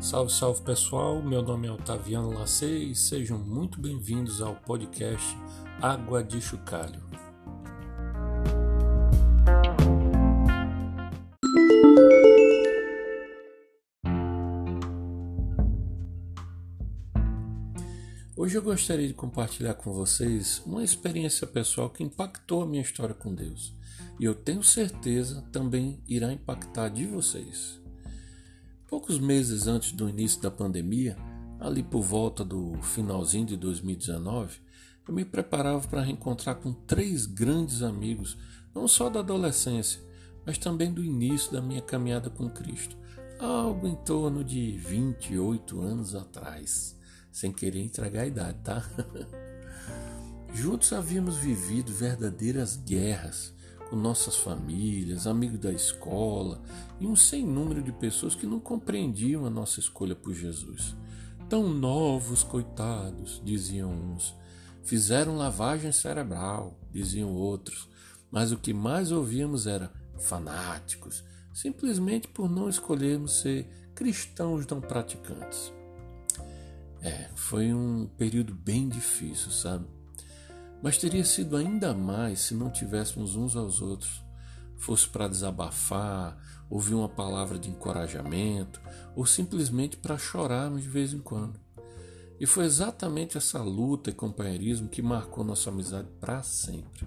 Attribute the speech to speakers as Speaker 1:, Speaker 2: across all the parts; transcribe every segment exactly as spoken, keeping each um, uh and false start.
Speaker 1: Salve, salve pessoal, meu nome é Otaviano Lacê e sejam muito bem-vindos ao podcast Água de Chocalho. Hoje eu gostaria de compartilhar com vocês uma experiência pessoal que impactou a minha história com Deus e eu tenho certeza também irá impactar de vocês. Poucos meses antes do início da pandemia, ali por volta do finalzinho de dois mil e dezenove, eu me preparava para reencontrar com três grandes amigos, não só da adolescência, mas também do início da minha caminhada com Cristo, algo em torno de vinte e oito anos atrás, sem querer entregar a idade, tá? Juntos havíamos vivido verdadeiras guerras, com nossas famílias, amigos da escola e um sem número de pessoas que não compreendiam a nossa escolha por Jesus. Tão novos, coitados, diziam uns. Fizeram lavagem cerebral, diziam outros. Mas o que mais ouvíamos era fanáticos, simplesmente por não escolhermos ser cristãos não praticantes. É, foi um período bem difícil, sabe? Mas teria sido ainda mais se não tivéssemos uns aos outros. Fosse para desabafar, ouvir uma palavra de encorajamento, ou simplesmente para chorarmos de vez em quando. E foi exatamente essa luta e companheirismo que marcou nossa amizade para sempre.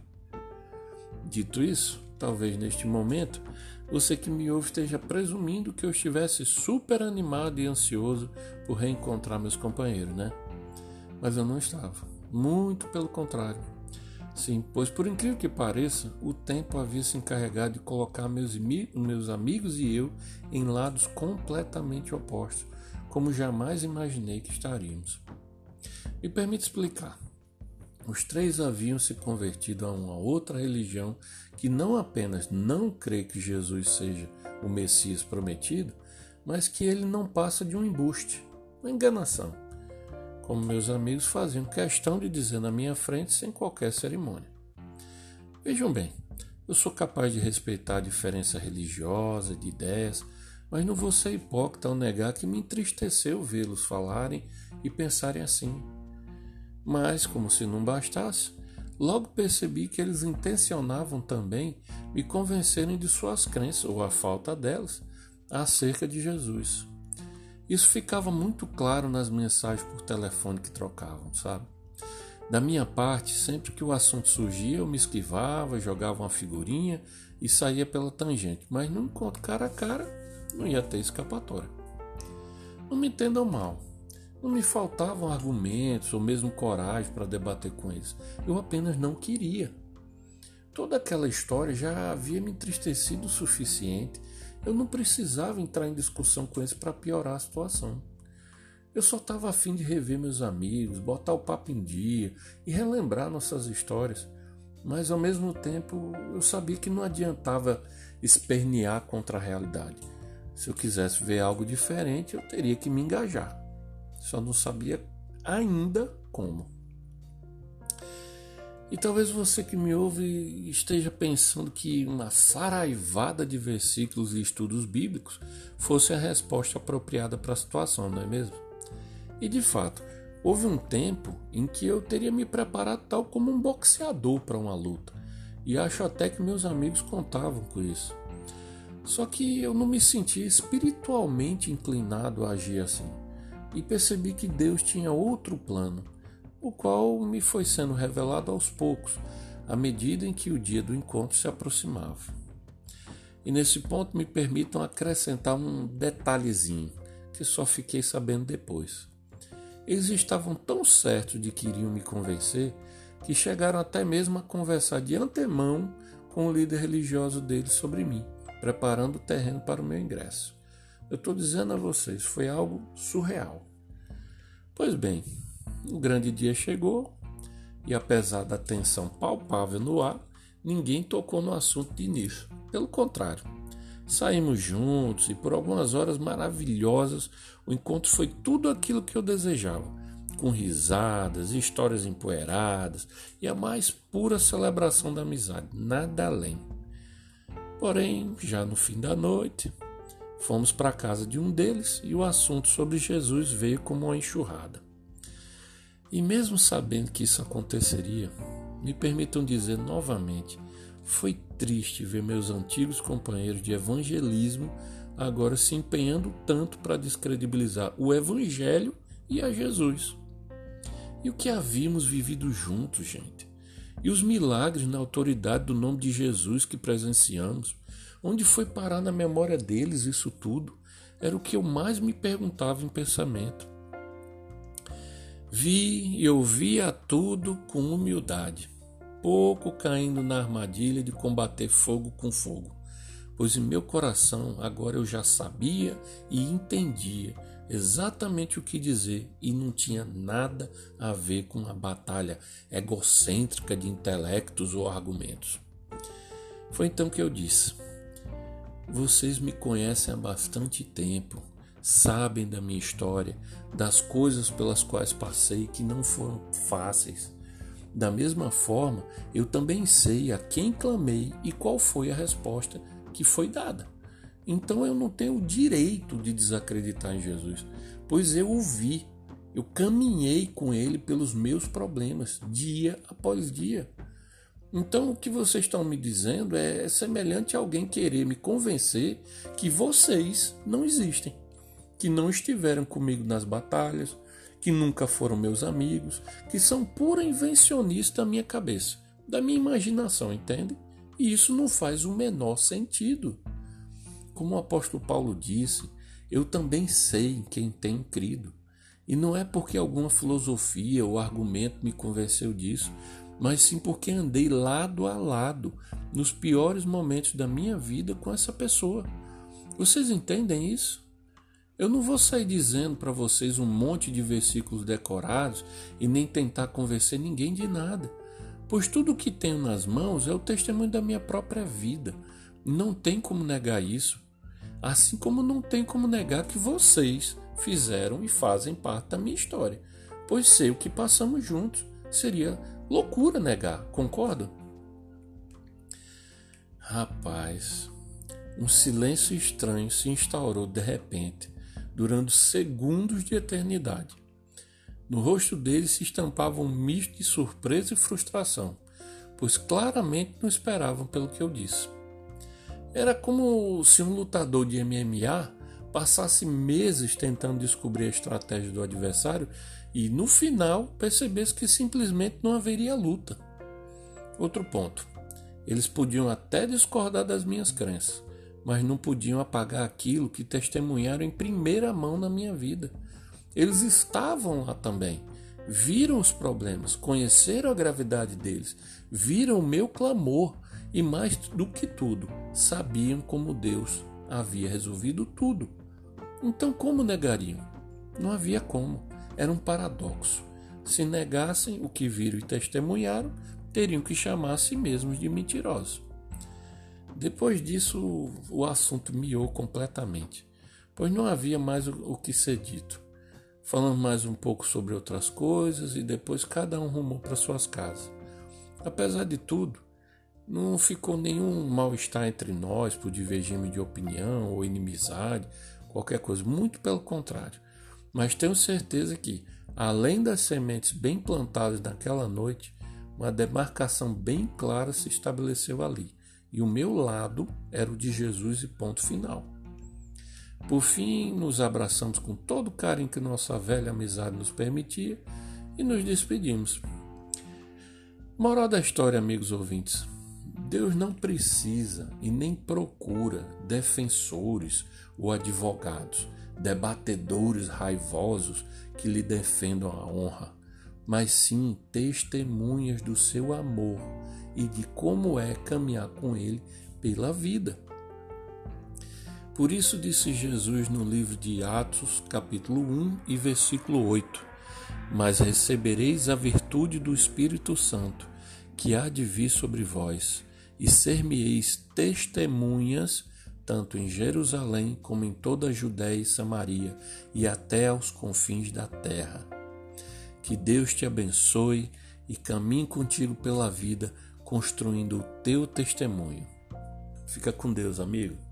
Speaker 1: Dito isso, talvez neste momento, você que me ouve esteja presumindo que eu estivesse super animado e ansioso por reencontrar meus companheiros, né? Mas eu não estava. Muito pelo contrário. Sim, pois por incrível que pareça, o tempo havia se encarregado de colocar meus, meus amigos e eu em lados completamente opostos, como jamais imaginei que estaríamos. Me permite explicar. Os três haviam se convertido a uma outra religião que não apenas não crê que Jesus seja o Messias prometido, mas que ele não passa de um embuste, uma enganação, como meus amigos faziam questão de dizer na minha frente sem qualquer cerimônia. Vejam bem, eu sou capaz de respeitar a diferença religiosa, de ideias, mas não vou ser hipócrita ao negar que me entristeceu vê-los falarem e pensarem assim. Mas, como se não bastasse, logo percebi que eles intencionavam também me convencerem de suas crenças, ou a falta delas, acerca de Jesus. Isso ficava muito claro nas mensagens por telefone que trocavam, sabe? Da minha parte, sempre que o assunto surgia, eu me esquivava, jogava uma figurinha e saía pela tangente, mas no encontro cara a cara, não ia ter escapatória. Não me entendam mal, não me faltavam argumentos ou mesmo coragem para debater com eles, eu apenas não queria. Toda aquela história já havia me entristecido o suficiente. Eu não precisava entrar em discussão com eles para piorar a situação. Eu só estava a fim de rever meus amigos, botar o papo em dia e relembrar nossas histórias. Mas ao mesmo tempo eu sabia que não adiantava espernear contra a realidade. Se eu quisesse ver algo diferente, eu teria que me engajar. Só não sabia ainda como. E talvez você que me ouve esteja pensando que uma saraivada de versículos e estudos bíblicos fosse a resposta apropriada para a situação, não é mesmo? E de fato, houve um tempo em que eu teria me preparado tal como um boxeador para uma luta, e acho até que meus amigos contavam com isso. Só que eu não me sentia espiritualmente inclinado a agir assim, e percebi que Deus tinha outro plano, o qual me foi sendo revelado aos poucos, à medida em que o dia do encontro se aproximava. E nesse ponto me permitam acrescentar um detalhezinho, que só fiquei sabendo depois. Eles estavam tão certos de que iriam me convencer, que chegaram até mesmo a conversar de antemão com o líder religioso deles sobre mim, preparando o terreno para o meu ingresso. Eu estou dizendo a vocês, foi algo surreal. Pois bem, o grande dia chegou e, apesar da tensão palpável no ar, ninguém tocou no assunto de início. Pelo contrário, saímos juntos e por algumas horas maravilhosas o encontro foi tudo aquilo que eu desejava, com risadas, histórias empoeiradas e a mais pura celebração da amizade, nada além. Porém, já no fim da noite, Fomos para a casa de um deles e o assunto sobre Jesus veio como uma enxurrada. E mesmo sabendo que isso aconteceria, me permitam dizer novamente, foi triste ver meus antigos companheiros de evangelismo agora se empenhando tanto para descredibilizar o Evangelho e a Jesus. E o que havíamos vivido juntos, gente? E os milagres na autoridade do nome de Jesus que presenciamos? Onde foi parar na memória deles isso tudo? Era o que eu mais me perguntava em pensamento. Vi e ouvia tudo com humildade, pouco caindo na armadilha de combater fogo com fogo, pois em meu coração agora eu já sabia e entendia exatamente o que dizer e não tinha nada a ver com uma batalha egocêntrica de intelectos ou argumentos. Foi então que eu disse: vocês me conhecem há bastante tempo, sabem da minha história, das coisas pelas quais passei que não foram fáceis. Da mesma forma, eu também sei a quem clamei e qual foi a resposta que foi dada. Então eu não tenho o direito de desacreditar em Jesus, pois eu o vi, eu caminhei com ele pelos meus problemas, dia após dia. Então o que vocês estão me dizendo é semelhante a alguém querer me convencer que vocês não existem, que não estiveram comigo nas batalhas, que nunca foram meus amigos, que são pura invencionista da minha cabeça, da minha imaginação, entende? E isso não faz o menor sentido. Como o apóstolo Paulo disse, eu também sei em quem tenho crido. E não é porque alguma filosofia ou argumento me convenceu disso, mas sim porque andei lado a lado nos piores momentos da minha vida com essa pessoa. Vocês entendem isso? Eu não vou sair dizendo para vocês um monte de versículos decorados e nem tentar convencer ninguém de nada, pois tudo o que tenho nas mãos é o testemunho da minha própria vida. Não tem como negar isso, assim como não tem como negar que vocês fizeram e fazem parte da minha história, pois sei o que passamos juntos. Seria loucura negar, concordam? Rapaz, um silêncio estranho se instaurou de repente, durando segundos de eternidade. No rosto dele se estampava um misto de surpresa e frustração, pois claramente não esperavam pelo que eu disse. Era como se um lutador de M M A passasse meses tentando descobrir a estratégia do adversário e, no final, percebesse que simplesmente não haveria luta. Outro ponto. Eles podiam até discordar das minhas crenças, mas não podiam apagar aquilo que testemunharam em primeira mão na minha vida. Eles estavam lá também, viram os problemas, conheceram a gravidade deles, viram o meu clamor e, mais do que tudo, sabiam como Deus havia resolvido tudo. Então, como negariam? Não havia como. Era um paradoxo. Se negassem o que viram e testemunharam, teriam que chamar a si mesmos de mentirosos. Depois disso, o assunto miou completamente, pois não havia mais o que ser dito. Falamos mais um pouco sobre outras coisas e depois cada um rumou para suas casas. Apesar de tudo, não ficou nenhum mal-estar entre nós por divergirmos de opinião ou inimizade, qualquer coisa, muito pelo contrário. Mas tenho certeza que, além das sementes bem plantadas naquela noite, uma demarcação bem clara se estabeleceu ali. E o meu lado era o de Jesus e ponto final. Por fim, nos abraçamos com todo o carinho que nossa velha amizade nos permitia e nos despedimos. Moral da história, amigos ouvintes: Deus não precisa e nem procura defensores ou advogados, debatedores raivosos que lhe defendam a honra, mas sim testemunhas do seu amor e de como é caminhar com ele pela vida. Por isso disse Jesus no livro de Atos, capítulo um e versículo oito: Mas recebereis a virtude do Espírito Santo, que há de vir sobre vós, e ser-me-eis testemunhas, tanto em Jerusalém como em toda a Judéia e Samaria, e até aos confins da terra. Que Deus te abençoe e caminhe contigo pela vida, construindo o teu testemunho. Fica com Deus, amigo.